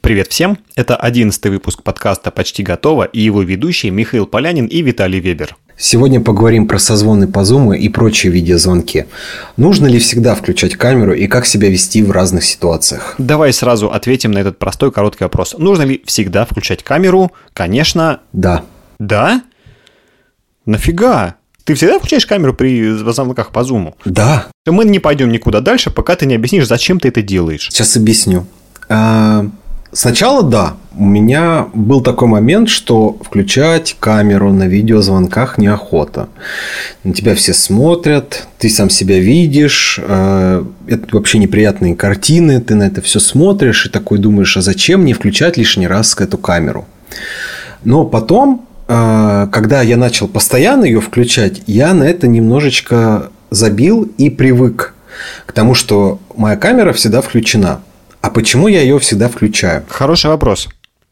Привет всем! Это 11-й выпуск подкаста «Почти готово» и его ведущие Михаил Полянин и Виталий Вебер. Сегодня поговорим про созвоны по Zoom и прочие видеозвонки. Нужно ли всегда включать камеру и как себя вести в разных ситуациях? Давай сразу ответим на этот простой короткий вопрос. Нужно ли всегда включать камеру? Конечно. Да. Да? Нафига? Ты всегда включаешь камеру при звонках по Zoom? Да. Мы не пойдем никуда дальше, пока ты не объяснишь, зачем ты это делаешь. Сейчас объясню. Сначала да, у меня был такой момент, что включать камеру на видеозвонках неохота. На тебя все смотрят, ты сам себя видишь, это вообще неприятные картины, ты на это все смотришь и такой думаешь, а зачем мне включать лишний раз эту камеру? Но потом, когда я начал постоянно ее включать, я на это немножечко забил и привык к тому, что моя камера всегда включена. А почему я ее всегда включаю? Хороший вопрос.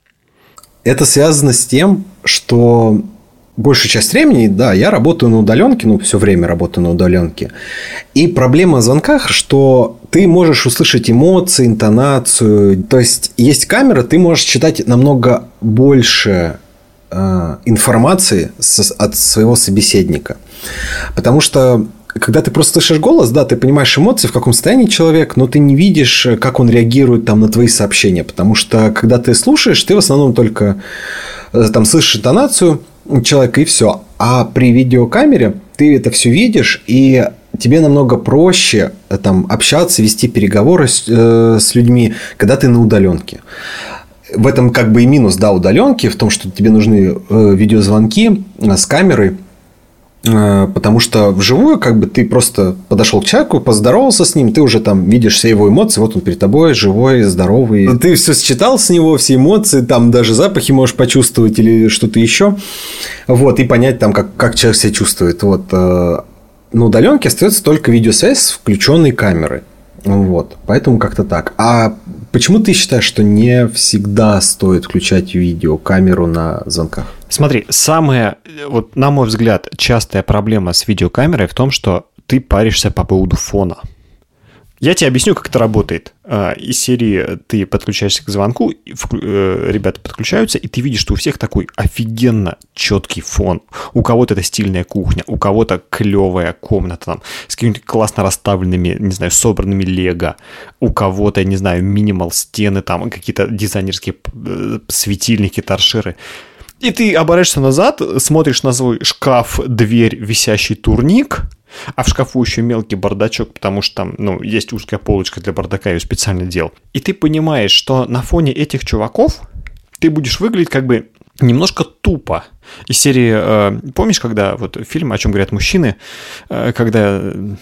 Это связано с тем, что большую часть времени, да, я работаю на удаленке, все время работаю на удаленке. И проблема в звонках, что ты можешь услышать эмоции, интонацию. То есть, есть камера, ты можешь читать намного больше информации от своего собеседника. Потому что когда ты просто слышишь голос, да, ты понимаешь эмоции, в каком состоянии человек, но ты не видишь, как он реагирует там на твои сообщения. Потому что, когда ты слушаешь, ты в основном только там слышишь интонацию человека и все. А при видеокамере ты это все видишь, и тебе намного проще там общаться, вести переговоры с людьми, когда ты на удаленке. В этом как бы и минус, да, удаленки, в том, что тебе нужны видеозвонки с камерой. Потому что вживую как бы ты просто подошел к человеку, поздоровался с ним, ты уже там видишь все его эмоции, вот он перед тобой живой, здоровый. Ты все считал с него, все эмоции, там даже запахи можешь почувствовать или что-то еще. Вот, и понять там, как человек себя чувствует. Вот. На удаленке остается только видеосвязь с включенной камерой. Вот, поэтому как-то так. А почему ты считаешь, что не всегда стоит включать видеокамеру на звонках? Смотри, самая, вот, на мой взгляд, частая проблема с видеокамерой в том, что ты паришься по поводу фона. Я тебе объясню, как это работает. Из серии ты подключаешься к звонку, ребята подключаются, и ты видишь, что у всех такой офигенно четкий фон. У кого-то это стильная кухня, у кого-то клевая комната там, с какими-то классно расставленными, не знаю, собранными лего. У кого-то, не знаю, минимал стены, там какие-то дизайнерские светильники, торшеры. И ты оборачиваешься назад, смотришь на свой шкаф, дверь, висящий турник, а в шкафу еще мелкий бардачок, потому что там, есть узкая полочка для бардака, я ее специально делал. И ты понимаешь, что на фоне этих чуваков ты будешь выглядеть как бы немножко тупо. Из серии, помнишь, когда вот фильм «О чем говорят мужчины», когда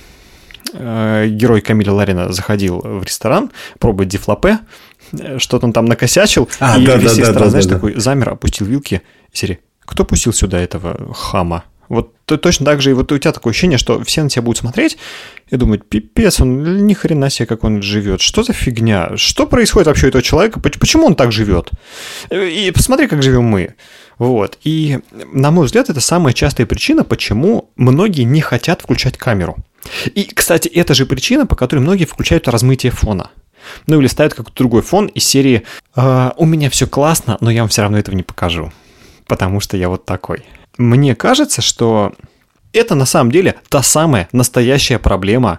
герой Камиля Ларина заходил в ресторан пробовать дифлопе, что-то он там накосячил, и режиссер, знаешь, такой замер, опустил вилки, из серии «Кто пустил сюда этого хама?» Вот точно так же, и вот у тебя такое ощущение, что все на тебя будут смотреть и думать, пипец, он ни хрена себе, как он живет, что за фигня, что происходит вообще у этого человека, почему он так живет, и посмотри, как живем мы. Вот, и на мой взгляд, это самая частая причина, почему многие не хотят включать камеру. И, кстати, это же причина, по которой многие включают размытие фона. Или ставят какой-то другой фон из серии «У меня все классно, но я вам все равно этого не покажу, потому что я вот такой». Мне кажется, что это на самом деле та самая настоящая проблема,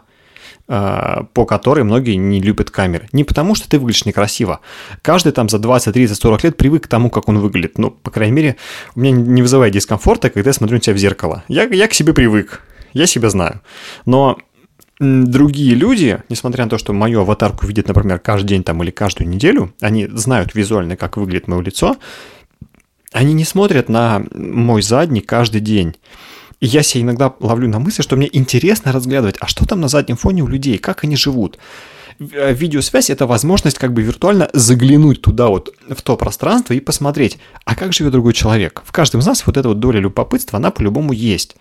по которой многие не любят камеры. Не потому, что ты выглядишь некрасиво. Каждый там за 20, 30, 40 лет привык к тому, как он выглядит. По крайней мере, у меня не вызывает дискомфорта, когда я смотрю на себя в зеркало. Я к себе привык, я себя знаю. Но другие люди, несмотря на то, что мою аватарку видят, например, каждый день там, или каждую неделю, они знают визуально, как выглядит мое лицо, они не смотрят на мой задник каждый день. И я себя иногда ловлю на мысли, что мне интересно разглядывать, а что там на заднем фоне у людей, как они живут. Видеосвязь – это возможность как бы виртуально заглянуть туда вот, в то пространство и посмотреть, а как живет другой человек. В каждом из нас вот эта вот доля любопытства, она по-любому есть.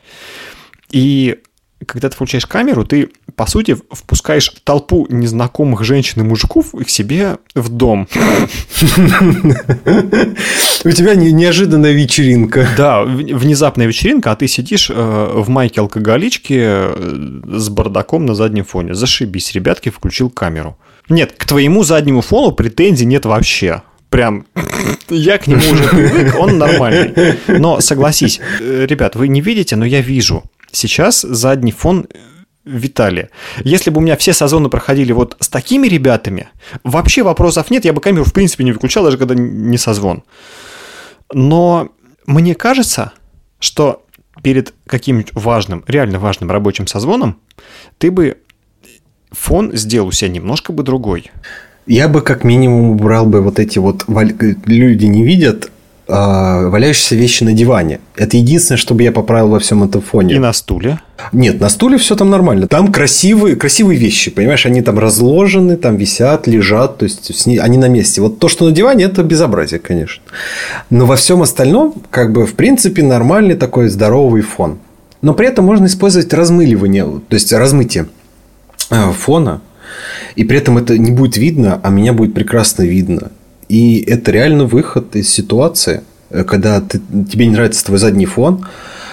И когда ты включаешь камеру, ты, по сути, впускаешь толпу незнакомых женщин и мужиков к себе в дом. У тебя неожиданная вечеринка. Да, внезапная вечеринка, а ты сидишь в майке-алкоголичке с бардаком на заднем фоне. Зашибись, ребятки, включил камеру. Нет, к твоему заднему фону претензий нет вообще. прям... Я к нему уже привык, он нормальный. Но согласись, ребят, вы не видите, но я вижу. Сейчас задний фон Виталия. Если бы у меня все созвоны проходили вот с такими ребятами, вообще вопросов нет, я бы камеру в принципе не выключал, даже когда не созвон. Но мне кажется, что перед каким-нибудь важным, реально важным рабочим созвоном ты бы фон сделал у себя немножко бы другой. Я бы как минимум убрал бы вот эти вот... Люди не видят валяющиеся вещи на диване. Это единственное, что бы я поправил во всем этом фоне. И на стуле? Нет, на стуле все там нормально. Там красивые вещи, понимаешь? Они там разложены, там висят, лежат, то есть они на месте. Вот то, что на диване, это безобразие, конечно. Но во всем остальном, как бы, в принципе, нормальный такой здоровый фон. Но при этом можно использовать размыливание, то есть размытие фона. И при этом это не будет видно, а меня будет прекрасно видно. И это реально выход из ситуации, когда тебе не нравится твой задний фон,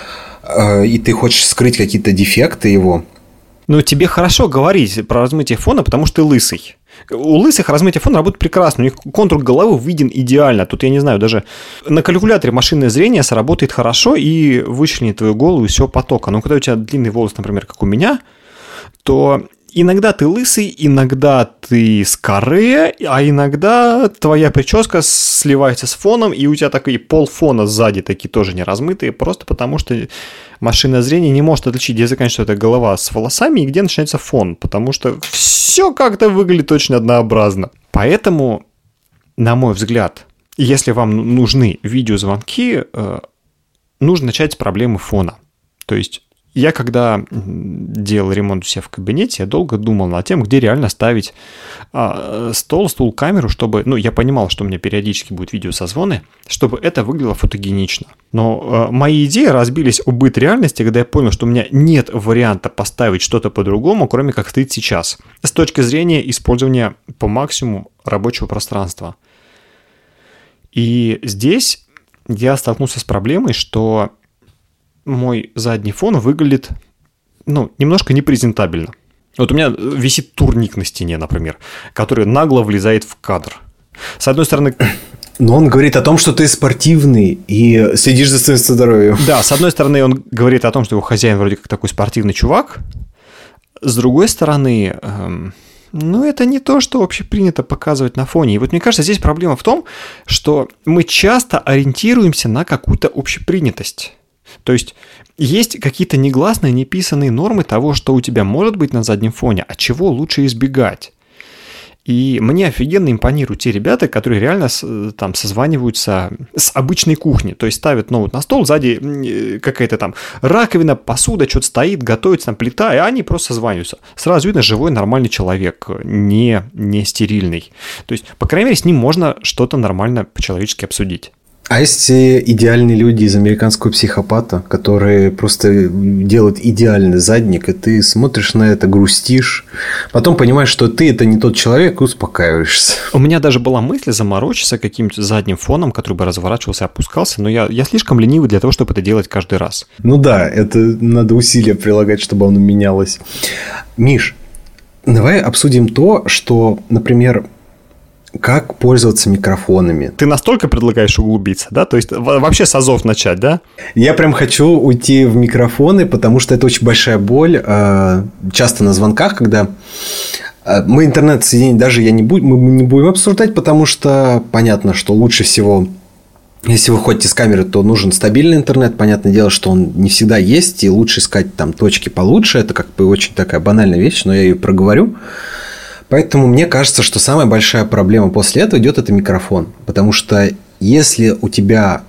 и ты хочешь скрыть какие-то дефекты его. Ну, тебе хорошо говорить про размытие фона, потому что ты лысый. У лысых размытие фона работает прекрасно. У них контур головы виден идеально. Тут, я не знаю, даже на калькуляторе машинное зрение сработает хорошо и вычленит твою голову из всего потока. Но когда у тебя длинный волос, например, как у меня, то... Иногда ты лысый, иногда ты с каре, а иногда твоя прическа сливается с фоном, и у тебя такие полфона сзади такие тоже не размытые, просто потому что машинное зрение не может отличить, где заканчивается эта голова с волосами и где начинается фон, потому что все как-то выглядит очень однообразно. Поэтому, на мой взгляд, если вам нужны видеозвонки, нужно начать с проблемы фона. То есть... Я, когда делал ремонт у себя в кабинете, я долго думал над тем, где реально ставить стул, камеру, чтобы... Ну, я понимал, что у меня периодически будут видеосозвоны, чтобы это выглядело фотогенично. Но мои идеи разбились об быт реальности, когда я понял, что у меня нет варианта поставить что-то по-другому, кроме как стоит сейчас. С точки зрения использования по максимуму рабочего пространства. И здесь я столкнулся с проблемой, что... мой задний фон выглядит, немножко непрезентабельно. Вот у меня висит турник на стене, например, который нагло влезает в кадр. С одной стороны... Но он говорит о том, что ты спортивный и следишь за своим здоровьем. Да, с одной стороны, он говорит о том, что его хозяин вроде как такой спортивный чувак. С другой стороны... это не то, что вообще принято показывать на фоне. И вот мне кажется, здесь проблема в том, что мы часто ориентируемся на какую-то общепринятость. То есть, есть какие-то негласные, неписанные нормы того, что у тебя может быть на заднем фоне, а чего лучше избегать. И мне офигенно импонируют те ребята, которые реально там созваниваются с обычной кухни. То есть, ставят ноут на стол, сзади какая-то там раковина, посуда, что-то стоит, готовится там плита, и они просто созваниваются. Сразу видно, живой, нормальный человек, не стерильный. То есть, по крайней мере, с ним можно что-то нормально по-человечески обсудить. А есть идеальные люди из «Американского психопата», которые просто делают идеальный задник, и ты смотришь на это, грустишь, потом понимаешь, что ты – это не тот человек, и успокаиваешься. У меня даже была мысль заморочиться каким-то задним фоном, который бы разворачивался и опускался, но я слишком ленивый для того, чтобы это делать каждый раз. Ну да, это надо усилия прилагать, чтобы оно менялось. Миш, давай обсудим то, что, например... Как пользоваться микрофонами? Ты настолько предлагаешь углубиться, да? То есть, вообще с азов начать, да? Я прям хочу уйти в микрофоны, потому что это очень большая боль. Часто на звонках, когда... Мы интернет-соединение даже мы не будем обсуждать, потому что понятно, что лучше всего... Если вы ходите с камеры, то нужен стабильный интернет. Понятное дело, что он не всегда есть, и лучше искать там точки получше. Это как бы очень такая банальная вещь, но я ее проговорю. Поэтому мне кажется, что самая большая проблема после этого идет это микрофон. Потому что если у тебя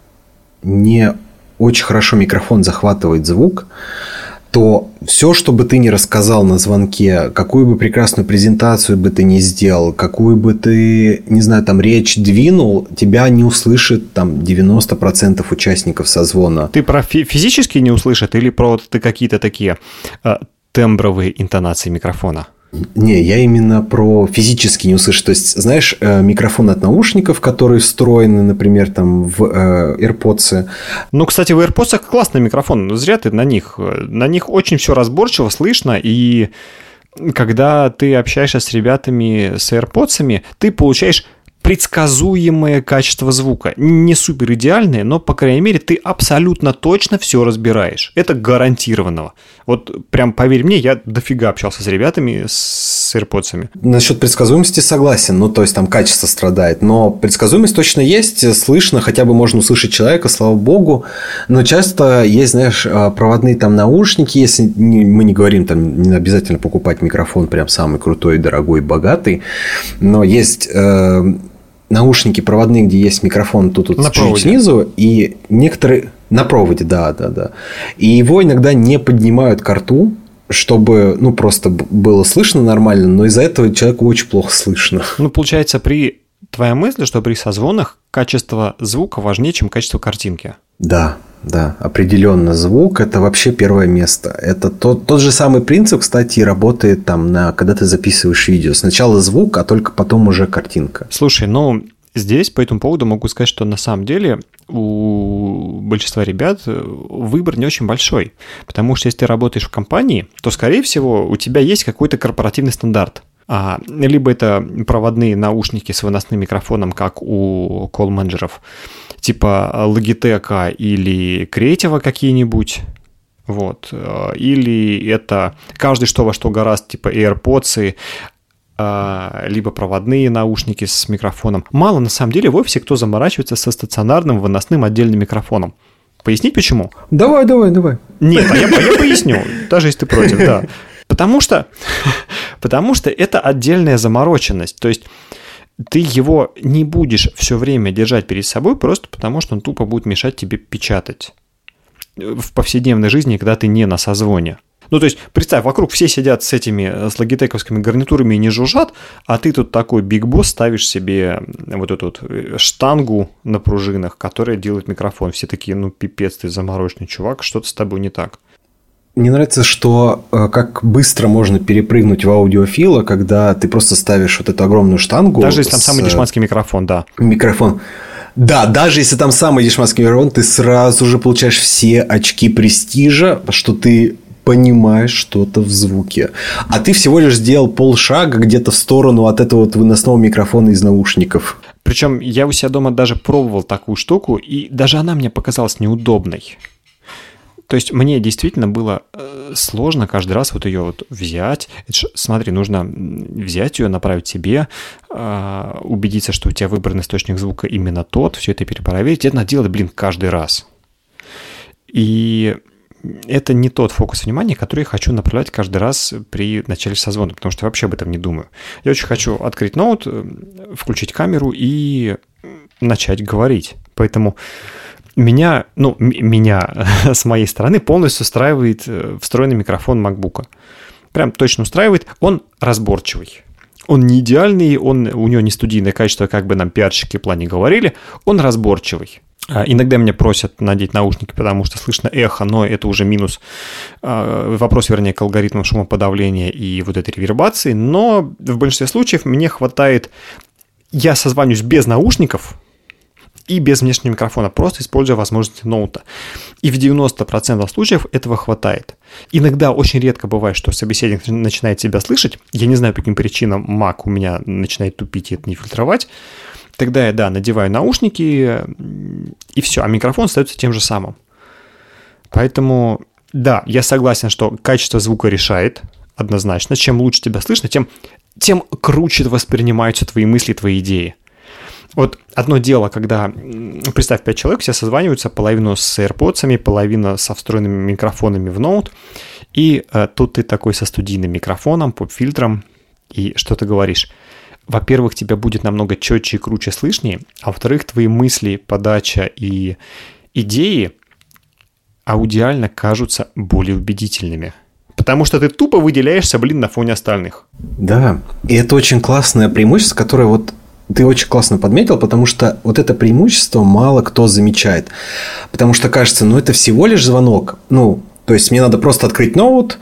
не очень хорошо микрофон захватывает звук, то все, что бы ты ни рассказал на звонке, какую бы прекрасную презентацию бы ты ни сделал, какую бы ты, не знаю, там речь двинул, тебя не услышит там 90% участников созвона. Ты про физически не услышит или про ты какие-то такие тембровые интонации микрофона? Не, я именно про физически не услышу. То есть, знаешь, микрофон от наушников, которые встроены, например, там в AirPods. Ну, кстати, в AirPods классный микрофон, но зря ты на них. На них очень все разборчиво слышно, и когда ты общаешься с ребятами с AirPods, ты получаешь предсказуемое качество звука. Не супер идеальное, но, по крайней мере, ты абсолютно точно все разбираешь. Это гарантированного. Вот прям поверь мне, я дофига общался с ребятами с AirPods'ами. Насчет предсказуемости согласен. Ну, то есть, там качество страдает. Но предсказуемость точно есть. Слышно, хотя бы можно услышать человека, слава богу. Но часто есть, знаешь, проводные там наушники. Если мы не говорим, там не обязательно покупать микрофон прям самый крутой, дорогой, богатый. Но есть... наушники проводные, где есть микрофон тут чуть снизу, и некоторые на проводе, да. И его иногда не поднимают к рту, чтобы, просто было слышно нормально, но из-за этого человеку очень плохо слышно. Получается, твоя мысль, что при созвонах качество звука важнее, чем качество картинки. Да, определенно звук – это вообще первое место. Это тот же самый принцип, кстати, работает там, когда ты записываешь видео. Сначала звук, а только потом уже картинка. Слушай, здесь по этому поводу могу сказать, что на самом деле у большинства ребят выбор не очень большой. Потому что если ты работаешь в компании, то, скорее всего, у тебя есть какой-то корпоративный стандарт. Либо это проводные наушники с выносным микрофоном, как у колл-менеджеров, типа Logitech или Creative какие-нибудь. Вот. Или это каждый что во что гораздо, типа AirPods, либо проводные наушники с микрофоном. Мало, на самом деле, в офисе кто заморачивается со стационарным выносным отдельным микрофоном. Пояснить почему? Давай. Нет, я поясню, даже если ты против, да. Потому что это отдельная замороченность. То есть ты его не будешь все время держать перед собой просто потому, что он тупо будет мешать тебе печатать в повседневной жизни, когда ты не на созвоне. То есть, представь, вокруг все сидят с логитековскими гарнитурами и не жужжат, а ты тут такой биг-босс ставишь себе вот эту штангу на пружинах, которая делает микрофон. Все такие, пипец, ты замороченный чувак, что-то с тобой не так. Мне нравится, что как быстро можно перепрыгнуть в аудиофила, когда ты просто ставишь вот эту огромную штангу. Даже если там самый дешманский микрофон, да. Микрофон. Да, даже если там самый дешманский микрофон, ты сразу же получаешь все очки престижа, что ты понимаешь что-то в звуке. А ты всего лишь сделал полшага где-то в сторону от этого выносного микрофона из наушников. Причем я у себя дома даже пробовал такую штуку, и даже она мне показалась неудобной. То есть мне действительно было сложно каждый раз ее взять. Смотри, нужно взять ее, направить себе, убедиться, что у тебя выбранный источник звука именно тот, все это перепроверить. Это надо делать, каждый раз. И это не тот фокус внимания, который я хочу направлять каждый раз при начале созвона, потому что я вообще об этом не думаю. Я очень хочу открыть ноут, включить камеру и начать говорить. Поэтому меня с моей стороны полностью устраивает встроенный микрофон MacBook. Прям точно устраивает. Он разборчивый. Он не идеальный, у него не студийное качество, как бы нам пиарщики в плане говорили. Он разборчивый. Иногда меня просят надеть наушники, потому что слышно эхо, но это уже минус. Вопрос, вернее, к алгоритмам шумоподавления и вот этой ревербации. Но в большинстве случаев мне хватает... Я созваниваюсь без наушников и без внешнего микрофона, просто используя возможности ноута. И в 90% случаев этого хватает. Иногда очень редко бывает, что собеседник начинает себя слышать. Я не знаю, по каким причинам Mac у меня начинает тупить и это не фильтровать. Тогда я, надеваю наушники, и все, а микрофон остается тем же самым. Поэтому, да, я согласен, что качество звука решает однозначно. Чем лучше тебя слышно, тем круче воспринимаются твои мысли, твои идеи. Вот одно дело, когда, представь, 5 человек, все созваниваются, половину с AirPods'ами, половина со встроенными микрофонами в ноут, и тут ты такой со студийным микрофоном, поп-фильтром, и что ты говоришь? Во-первых, тебя будет намного четче и круче слышнее, а во-вторых, твои мысли, подача и идеи аудиально кажутся более убедительными. Потому что ты тупо выделяешься, на фоне остальных. Да, и это очень классное преимущество, которое ты очень классно подметил, потому что вот это преимущество мало кто замечает. Потому что кажется, это всего лишь звонок. То есть мне надо просто открыть ноут,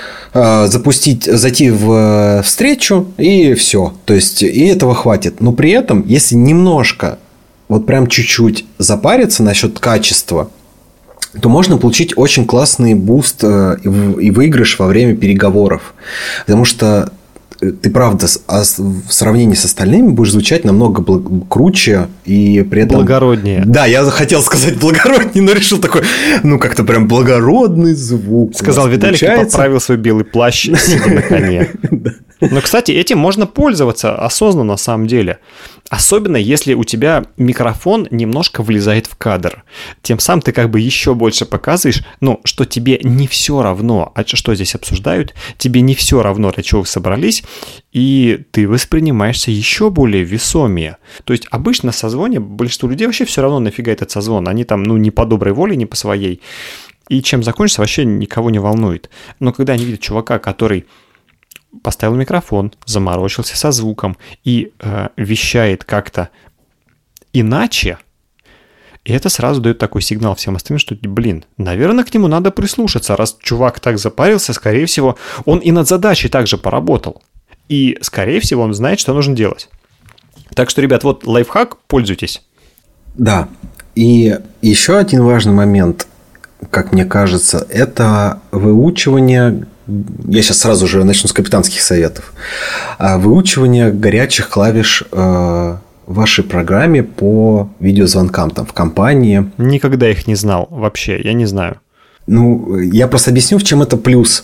зайти в встречу и все. То есть и этого хватит. Но при этом, если немножко, прям чуть-чуть запариться насчет качества, то можно получить очень классный буст и выигрыш во время переговоров. Потому что ты правда в сравнении с остальными будешь звучать намного круче и при этом... Благороднее. Да, я хотел сказать благороднее, но решил такой, как-то прям благородный звук. Сказал Виталик и поправил свой белый плащ, сидя на коне. Но, кстати, этим можно пользоваться осознанно на самом деле. Особенно, если у тебя микрофон немножко влезает в кадр. Тем самым ты как бы еще больше показываешь, что тебе не все равно, что здесь обсуждают, тебе не все равно, для чего вы собрались, и ты воспринимаешься еще более весомее. То есть обычно на созвоне большинству людей вообще все равно нафига этот созвон. Они там, не по доброй воле, не по своей. И чем закончится, вообще никого не волнует. Но когда они видят чувака, который поставил микрофон, заморочился со звуком и вещает как-то иначе, и это сразу дает такой сигнал всем остальным, что, наверное, к нему надо прислушаться. Раз чувак так запарился, скорее всего, он и над задачей также поработал. И, скорее всего, он знает, что нужно делать. Так что, ребят, вот лайфхак, пользуйтесь. Да, и еще один важный момент, как мне кажется, это выучивание. Я сейчас сразу же начну с капитанских советов. Выучивание горячих клавиш в вашей программе по видеозвонкам в компании. Никогда их не знал вообще, я не знаю. Я просто объясню, в чем это плюс.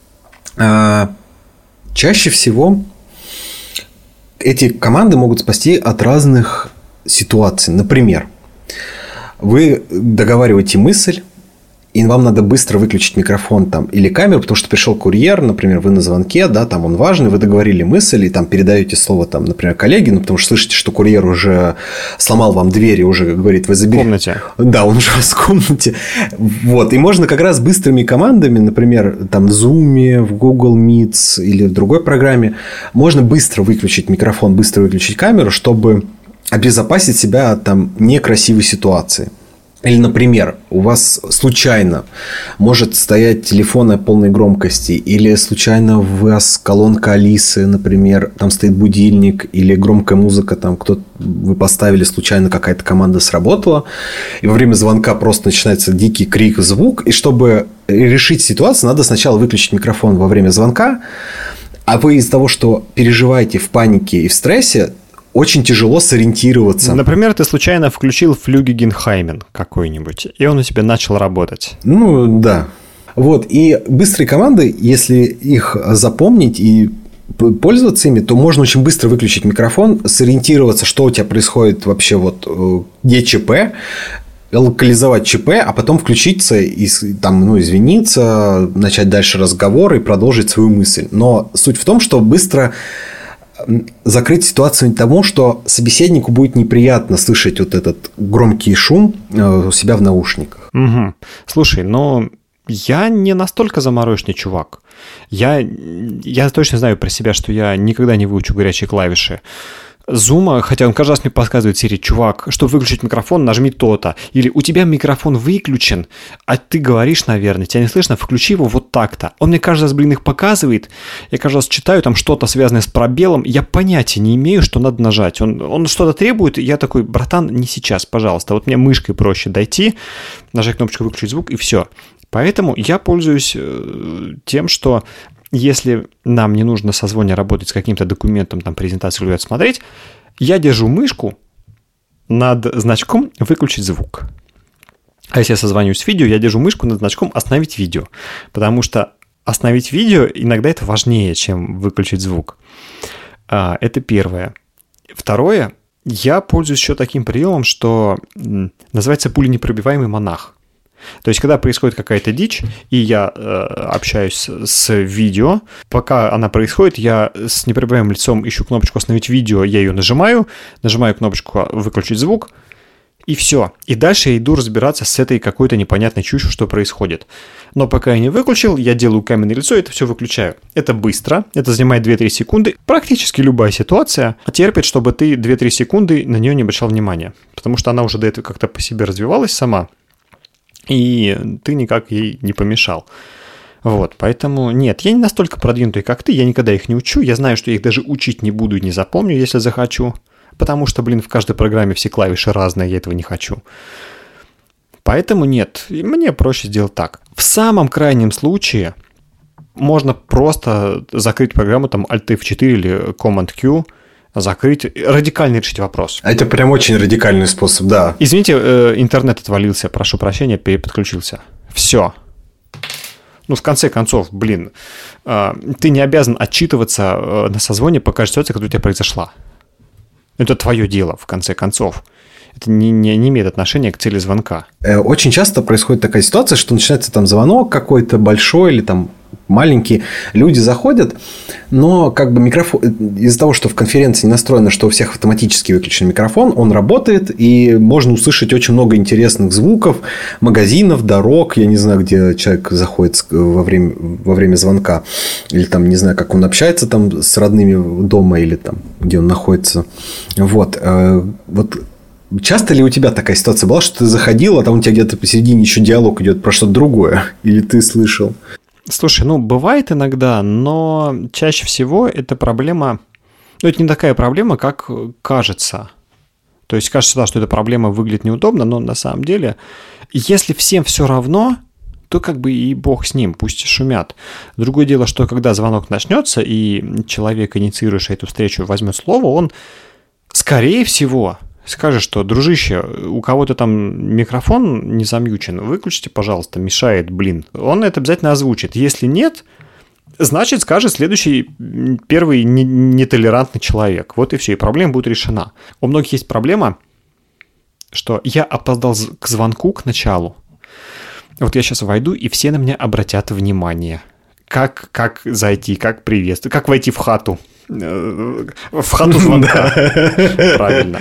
Чаще всего эти команды могут спасти от разных ситуаций. Например, вы договариваете мысль, и вам надо быстро выключить микрофон или камеру, потому что пришел курьер, например, вы на звонке, он важный, вы договорили мысль, и передаете слово, например, коллеге, потому что слышите, что курьер уже сломал вам дверь и уже говорит, вы заберите. В комнате. Да, он уже у вас в комнате. И можно как раз быстрыми командами, например, в Zoom, в Google Meets или в другой программе, можно быстро выключить микрофон, быстро выключить камеру, чтобы обезопасить себя от некрасивой ситуации. Или, например, у вас случайно может стоять телефон на полной громкости, или случайно у вас колонка Алисы, например, там стоит будильник, или громкая музыка, вы поставили случайно, какая-то команда сработала, и во время звонка просто начинается дикий крик, звук, и чтобы решить ситуацию, надо сначала выключить микрофон во время звонка, а вы из-за того, что переживаете в панике и в стрессе, очень тяжело сориентироваться. Например, ты случайно включил Флюгегенхаймен какой-нибудь, и он у тебя начал работать. Да. И быстрые команды, если их запомнить и пользоваться ими, то можно очень быстро выключить микрофон, сориентироваться, что у тебя происходит вообще, где ЧП, локализовать ЧП, а потом включиться и извиниться, начать дальше разговор и продолжить свою мысль. Но суть в том, что быстро закрыть ситуацию тому, что собеседнику будет неприятно слышать этот громкий шум у себя в наушниках. Угу. Слушай, я не настолько замороченный чувак. Я точно знаю про себя, что я никогда не выучу горячие клавиши Zoom, хотя он каждый раз мне подсказывает Siri, чувак, чтобы выключить микрофон, нажми то-то. Или у тебя микрофон выключен, а ты говоришь, наверное, тебя не слышно, включи его вот так-то. Он мне каждый раз, их показывает. Я каждый раз читаю там что-то связанное с пробелом. Я понятия не имею, что надо нажать. Он что-то требует, и я такой, братан, не сейчас, пожалуйста. Мне мышкой проще дойти, нажать кнопочку «Выключить звук» и все. Поэтому я пользуюсь тем, что если нам не нужно на созвоне работать с каким-то документом, презентацию или смотреть, я держу мышку над значком «Выключить звук». А если я созваниваюсь с видео, я держу мышку над значком «Остановить видео». Потому что остановить видео иногда это важнее, чем выключить звук. Это первое. Второе. Я пользуюсь еще таким приемом, что называется пуленепробиваемый монах. То есть, когда происходит какая-то дичь, и я общаюсь с видео, пока она происходит, я с непробиваемым лицом ищу кнопочку «Остановить видео», я ее нажимаю кнопочку «Выключить звук», и все. И дальше я иду разбираться с этой какой-то непонятной чушью, что происходит. Но пока я не выключил, я делаю каменное лицо и это все выключаю. Это быстро, это занимает 2-3 секунды. Практически любая ситуация терпит, чтобы ты 2-3 секунды на нее не обращал внимания. Потому что она уже до этого как-то по себе развивалась сама. И ты никак ей не помешал. Поэтому нет, я не настолько продвинутый, как ты, я никогда их не учу, я знаю, что я их даже учить не буду и не запомню, если захочу, потому что, в каждой программе все клавиши разные, я этого не хочу. Поэтому нет, мне проще сделать так. В самом крайнем случае Можно просто закрыть программу, там, Alt F4 или Command-Q, закрыть, радикально решить вопрос. Это прям очень радикальный способ, да. Извините, интернет отвалился, прошу прощения, переподключился. Все. Ну, в конце концов, ты не обязан отчитываться на созвоне по каждой ситуации, которая у тебя произошла. Это твое дело, в конце концов. Это не имеет отношения к цели звонка. Очень часто происходит такая ситуация, что начинается там звонок какой-то большой или там маленький, люди заходят, но как бы микрофон, из-за того, что в конференции не настроено, что у всех автоматически выключен микрофон, он работает, и можно услышать очень много интересных звуков, магазинов, дорог, я не знаю, где человек заходит во время звонка, или там, не знаю, как он общается там с родными дома, или там, где он находится. Вот. Часто ли у тебя такая ситуация была, что ты заходил, а там у тебя где-то посередине еще диалог идет про что-то другое? Или ты слышал? Слушай, бывает иногда, но чаще всего это проблема... это не такая проблема, как кажется. То есть, кажется, да, что эта проблема выглядит неудобно, но на самом деле, если всем все равно, то как бы и бог с ним, пусть шумят. Другое дело, что когда звонок начнется, и человек, инициирующий эту встречу, возьмет слово, он, скорее всего... скажет, что, дружище, у кого-то там микрофон не замьючен, выключите, пожалуйста, мешает, Он это обязательно озвучит. Если нет, значит, скажет следующий, первый нетолерантный человек. Вот и все, и проблема будет решена. У многих есть проблема, что я опоздал к звонку, к началу. Вот я сейчас войду, и все на меня обратят внимание. Как зайти, как приветствовать, как войти в хату. В хату звонка. Правильно.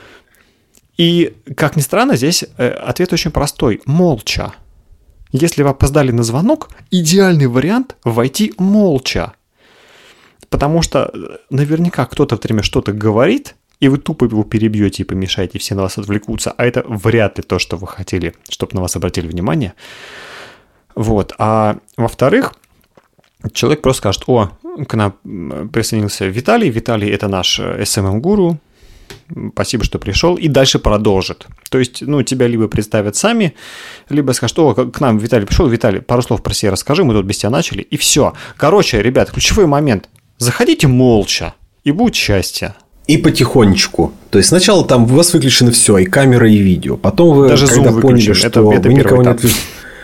И, как ни странно, здесь ответ очень простой. Молча. Если вы опоздали на звонок, идеальный вариант – войти молча. Потому что наверняка кто-то в это время что-то говорит, и вы тупо его перебьете и помешаете, и все на вас отвлекутся. А это вряд ли то, что вы хотели, чтобы на вас обратили внимание. Вот. А во-вторых, человек просто скажет: о, к нам присоединился Виталий. Виталий – это наш SMM-гуру. Спасибо, что пришел, и дальше продолжит. То есть, тебя либо представят сами, либо скажут: о, к нам Виталий пришел, Виталий, пару слов про себя расскажи, мы тут без тебя начали, и все. Короче, ребят, ключевой момент. Заходите молча, и будет счастье. И потихонечку. То есть, сначала там у вас выключено все, и камера, и видео. Потом вы, даже когда Zoom поняли, выключен. что вы никого не отвлекли.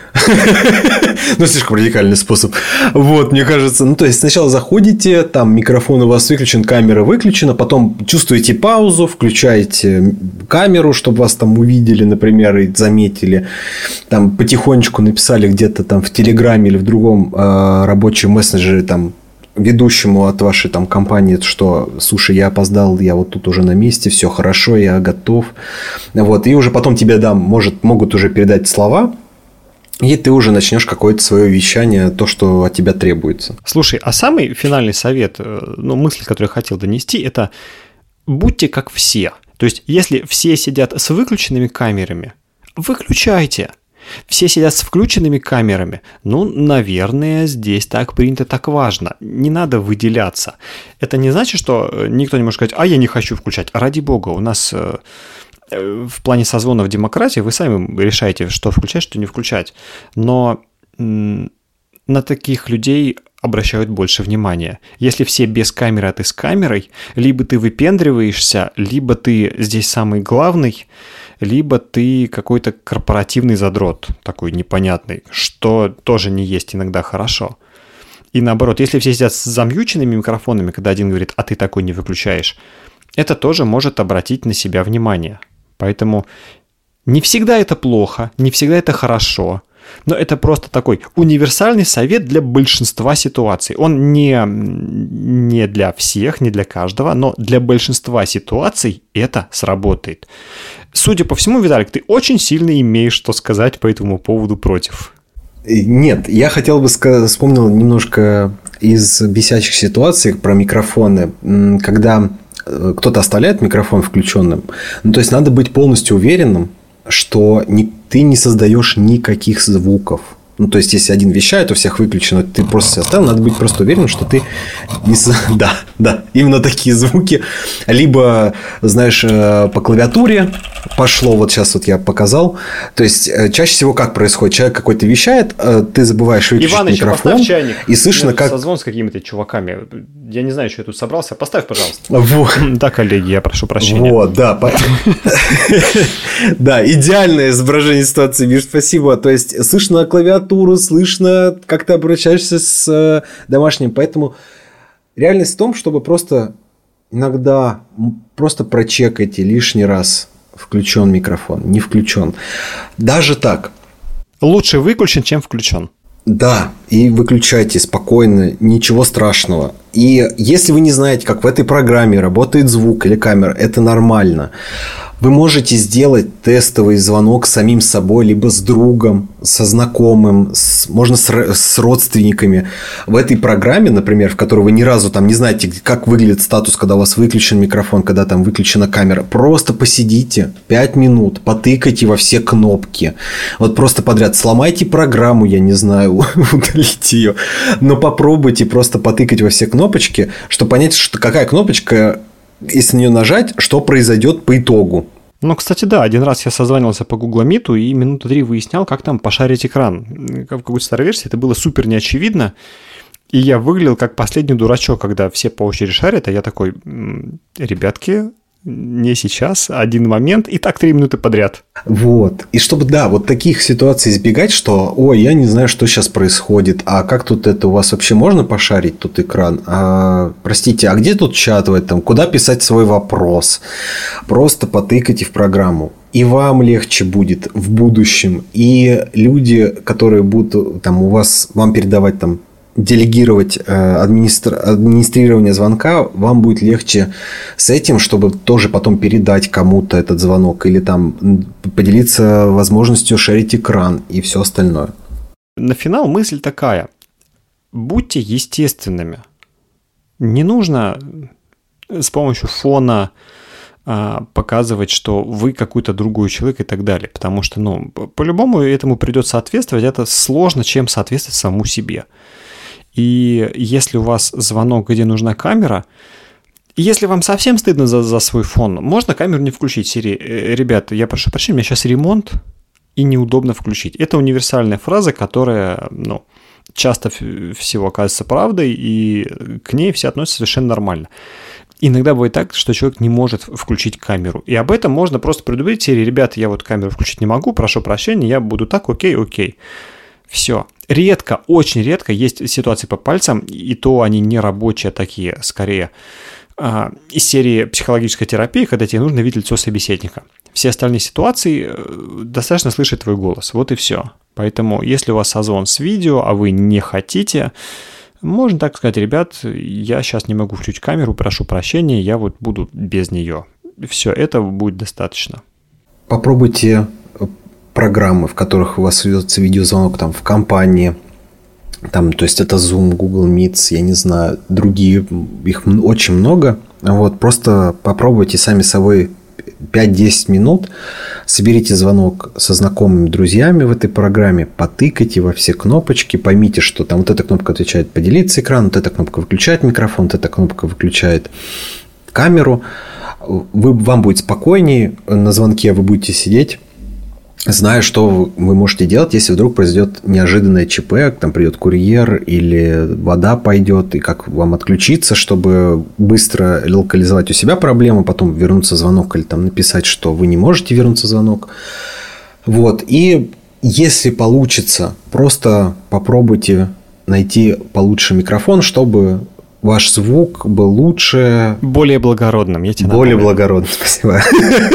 Слишком радикальный способ. Вот, мне кажется. То есть, сначала заходите, там микрофон у вас выключен, камера выключена, потом чувствуете паузу, включаете камеру, чтобы вас там увидели, например, и заметили. Там потихонечку написали где-то там в Телеграме или в другом рабочем мессенджере там ведущему от вашей там компании, что: слушай, я опоздал, я вот тут уже на месте, все хорошо, я готов. Вот, и уже потом тебе могут уже передать слова. И ты уже начнешь какое-то свое вещание, то, что от тебя требуется. Слушай, а самый финальный совет, мысль, которую я хотел донести, это будьте как все. То есть, если все сидят с выключенными камерами, выключайте. Все сидят с включенными камерами. Наверное, здесь так принято, так важно. Не надо выделяться. Это не значит, что никто не может сказать: а я не хочу включать. Ради бога, у нас... в плане созвонов демократии вы сами решаете, что включать, что не включать. Но на таких людей обращают больше внимания. Если все без камеры, а ты с камерой, либо ты выпендриваешься, либо ты здесь самый главный, либо ты какой-то корпоративный задрот, такой непонятный, что тоже не есть иногда хорошо. И наоборот, если все сидят с замьюченными микрофонами, когда один говорит: а ты такой не выключаешь, это тоже может обратить на себя внимание. Поэтому не всегда это плохо, не всегда это хорошо, но это просто такой универсальный совет для большинства ситуаций. Он не для всех, не для каждого, но для большинства ситуаций это сработает. Судя по всему, Виталик, ты очень сильно имеешь что сказать по этому поводу против. Нет, я хотел бы вспомнил немножко из бесячих ситуаций про микрофоны, когда кто-то оставляет микрофон включенным. То есть, надо быть полностью уверенным, что ты не создаешь никаких звуков. То есть, если один вещает, у всех выключено, ты просто оставил, надо быть просто уверенным, что ты не... Да, именно такие звуки. Либо, знаешь, по клавиатуре пошло, вот сейчас вот я показал. То есть, чаще всего как происходит? Человек какой-то вещает, ты забываешь выключить Иваныч, микрофон. поставь чайник. И слышно, как... Созвон с какими-то чуваками. Я не знаю, что я тут собрался. Поставь, пожалуйста. Вот. Да, коллеги, я прошу прощения. Вот, да. Да, идеальное изображение ситуации, Миш, спасибо. То есть, слышно клавиатуру, слышно, как ты обращаешься с домашним. Поэтому реальность в том, чтобы просто иногда просто прочекайте лишний раз, включен микрофон, не включен. Даже так. Лучше выключен, чем включен. Да, и выключайте спокойно, ничего страшного. И если вы не знаете, как в этой программе работает звук или камера, это нормально. Вы можете сделать тестовый звонок с самим собой, либо с другом, со знакомым, можно с родственниками. В этой программе, например, в которой вы ни разу там не знаете, как выглядит статус, когда у вас выключен микрофон, когда там выключена камера, просто посидите 5 минут, потыкайте во все кнопки. Вот просто подряд сломайте программу, я не знаю, удалите ее, но попробуйте просто потыкать во все кнопочки, чтобы понять, что какая кнопочка, если на нее нажать, что произойдет по итогу. Ну, кстати, да, один раз я созванивался по Google Meet и минуты 3 выяснял, как там пошарить экран. В какой-то старой версии это было супер неочевидно, и я выглядел как последний дурачок, когда все по очереди шарят, а я такой, ребятки, не сейчас, один момент, и так 3 минуты подряд. Вот. И чтобы, да, вот таких ситуаций избегать, что, ой, я не знаю, что сейчас происходит, а как тут это, у вас вообще можно пошарить тут экран? Простите, а где тут чат в этом? Куда писать свой вопрос? Просто потыкайте в программу. И вам легче будет в будущем. И люди, которые будут там у вас, вам передавать там, делегировать администрирование звонка, вам будет легче с этим, чтобы тоже потом передать кому-то этот звонок или там поделиться возможностью шерить экран и все остальное. На финал мысль такая. Будьте естественными. Не нужно с помощью фона показывать, что вы какой-то другой человек и так далее. Потому что, по-любому этому придется соответствовать. Это сложно, чем соответствовать самому себе. И если у вас звонок, где нужна камера, если вам совсем стыдно за свой фон, можно камеру не включить. Серии, ребята, я прошу прощения, у меня сейчас ремонт, и неудобно включить. Это универсальная фраза, которая, часто всего оказывается правдой, и к ней все относятся совершенно нормально. Иногда бывает так, что человек не может включить камеру. И об этом можно просто предупредить серии, ребята, я вот камеру включить не могу, прошу прощения, я буду так, окей. Все. Редко, очень редко есть ситуации по пальцам, и то они не рабочие такие, скорее, из серии психологической терапии, когда тебе нужно видеть лицо собеседника. Все остальные ситуации достаточно слышать твой голос, вот и все. Поэтому, если у вас созвон с видео, а вы не хотите, можно так сказать, ребят, я сейчас не могу включить камеру, прошу прощения, я вот буду без нее. Все, это будет достаточно. Попробуйте программы, в которых у вас ведется видеозвонок там, в компании, там, то есть это Zoom, Google Meet, я не знаю, другие, их очень много. Вот, просто попробуйте сами собой 5-10 минут, соберите звонок со знакомыми друзьями в этой программе, потыкайте во все кнопочки, поймите, что там вот эта кнопка отвечает поделиться экраном, вот эта кнопка выключает микрофон, вот эта кнопка выключает камеру. Вам будет спокойнее, на звонке вы будете сидеть, зная, что вы можете делать, если вдруг произойдет неожиданное ЧП, там придет курьер или вода пойдет, и как вам отключиться, чтобы быстро локализовать у себя проблему, потом вернуться звонок или там написать, что вы не можете вернуться звонок. Вот. И если получится, просто попробуйте найти получше микрофон, чтобы ваш звук был лучше. Более благородным, я тебе напомню. Более благородным, спасибо.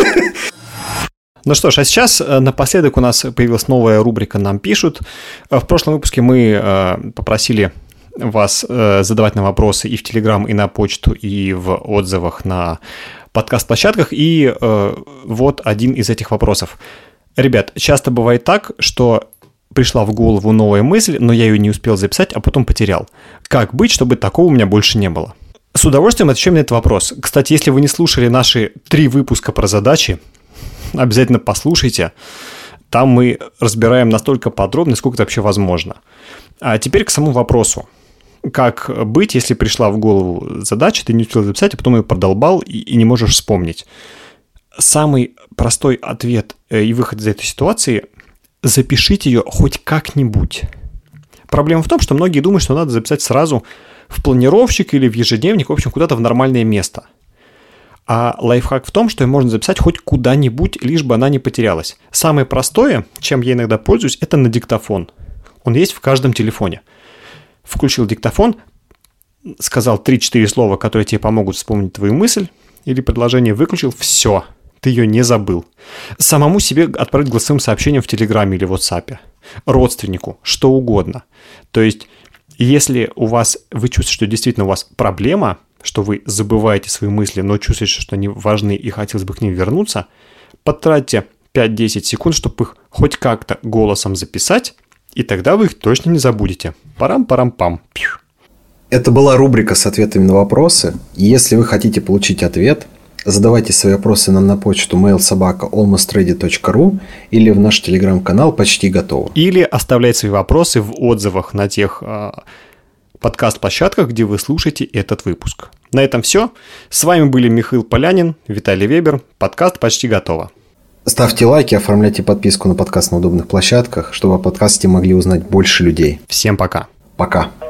Ну что ж, а сейчас напоследок у нас появилась новая рубрика «Нам пишут». В прошлом выпуске мы попросили вас задавать нам вопросы и в Telegram, и на почту, и в отзывах на подкаст-площадках. И вот один из этих вопросов. Ребят, часто бывает так, что пришла в голову новая мысль, но я ее не успел записать, а потом потерял. Как быть, чтобы такого у меня больше не было? С удовольствием отвечаем на этот вопрос. Кстати, если вы не слушали наши 3 выпуска про задачи, обязательно послушайте. Там мы разбираем настолько подробно, сколько это вообще возможно. А теперь к самому вопросу. Как быть, если пришла в голову задача, ты не успел записать, а потом ее продолбал и не можешь вспомнить? самый простой ответ и выход из этой ситуации – запишите ее хоть как-нибудь. Проблема в том, что многие думают, что надо записать сразу в планировщик или в ежедневник, в общем, куда-то в нормальное место. А лайфхак в том, что ее можно записать хоть куда-нибудь, лишь бы она не потерялась. Самое простое, чем я иногда пользуюсь, это на диктофон. Он есть в каждом телефоне. Включил диктофон, сказал 3-4 слова, которые тебе помогут вспомнить твою мысль или предложение, выключил, все, ты ее не забыл. Самому себе отправить голосовым сообщением в Телеграме или в WhatsApp, родственнику, что угодно. То есть, если вы чувствуете, что действительно у вас проблема, что вы забываете свои мысли, но чувствуете, что они важны и хотелось бы к ним вернуться, потратьте 5-10 секунд, чтобы их хоть как-то голосом записать, и тогда вы их точно не забудете. Парам-парам-пам. Это была рубрика с ответами на вопросы. Если вы хотите получить ответ, задавайте свои вопросы нам на почту mail@almostready.ru или в наш телеграм-канал «Почти готово». Или оставляйте свои вопросы в отзывах на тех подкаст-площадках, где вы слушаете этот выпуск. На этом все. С вами были Михаил Полянин, Виталий Вебер. Подкаст «Почти готово». Ставьте лайки, оформляйте подписку на подкаст на удобных площадках, чтобы о подкасте могли узнать больше людей. Всем пока. Пока.